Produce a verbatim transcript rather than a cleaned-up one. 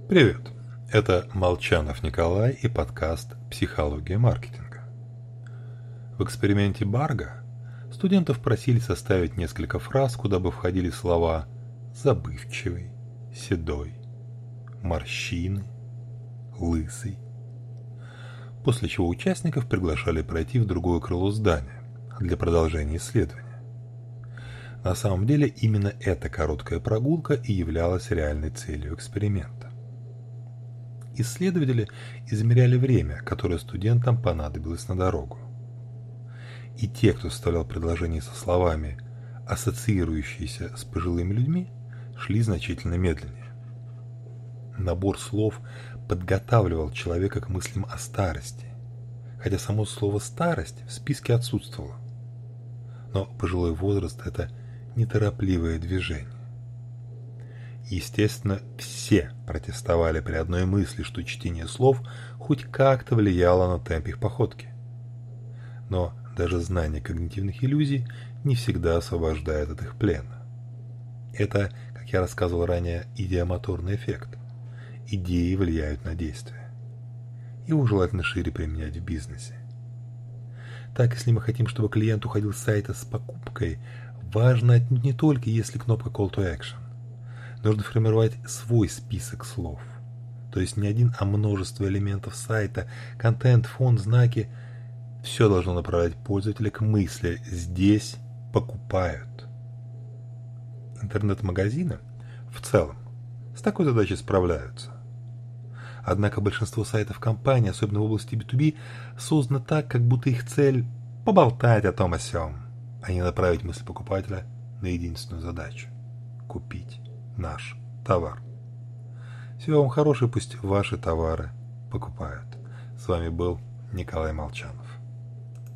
Привет! Это Молчанов Николай и подкаст «Психология маркетинга». В эксперименте Барга студентов просили составить несколько фраз, куда бы входили слова «забывчивый», «седой», «морщины», «лысый», после чего участников приглашали пройти в другое крыло здания для продолжения исследования. На самом деле именно эта короткая прогулка и являлась реальной целью эксперимента. Исследователи измеряли время, которое студентам понадобилось на дорогу. И те, кто составлял предложения со словами, ассоциирующиеся с пожилыми людьми, шли значительно медленнее. Набор слов подготавливал человека к мыслям о старости, хотя само слово «старость» в списке отсутствовало. Но пожилой возраст – это неторопливое движение. Естественно, все протестовали при одной мысли, что чтение слов хоть как-то влияло на темп их походки. Но даже знание когнитивных иллюзий не всегда освобождает от их плена. Это, как я рассказывал ранее, идеомоторный эффект. Идеи влияют на действия. Его желательно шире применять в бизнесе. Так, если мы хотим, чтобы клиент уходил с сайта с покупкой, важно отнюдь не только, если кнопка Call to Action. Нужно формировать свой список слов. То есть не один, а множество элементов сайта, контент, фон, знаки. Все должно направлять пользователя к мысли «здесь покупают». Интернет-магазины в целом с такой задачей справляются. Однако большинство сайтов компании, особенно в области би ту би, создано так, как будто их цель – поболтать о том о сём, а не направить мысль покупателя на единственную задачу – купить наш товар. Всего вам хорошего, пусть ваши товары покупают. С вами был Николай Молчанов.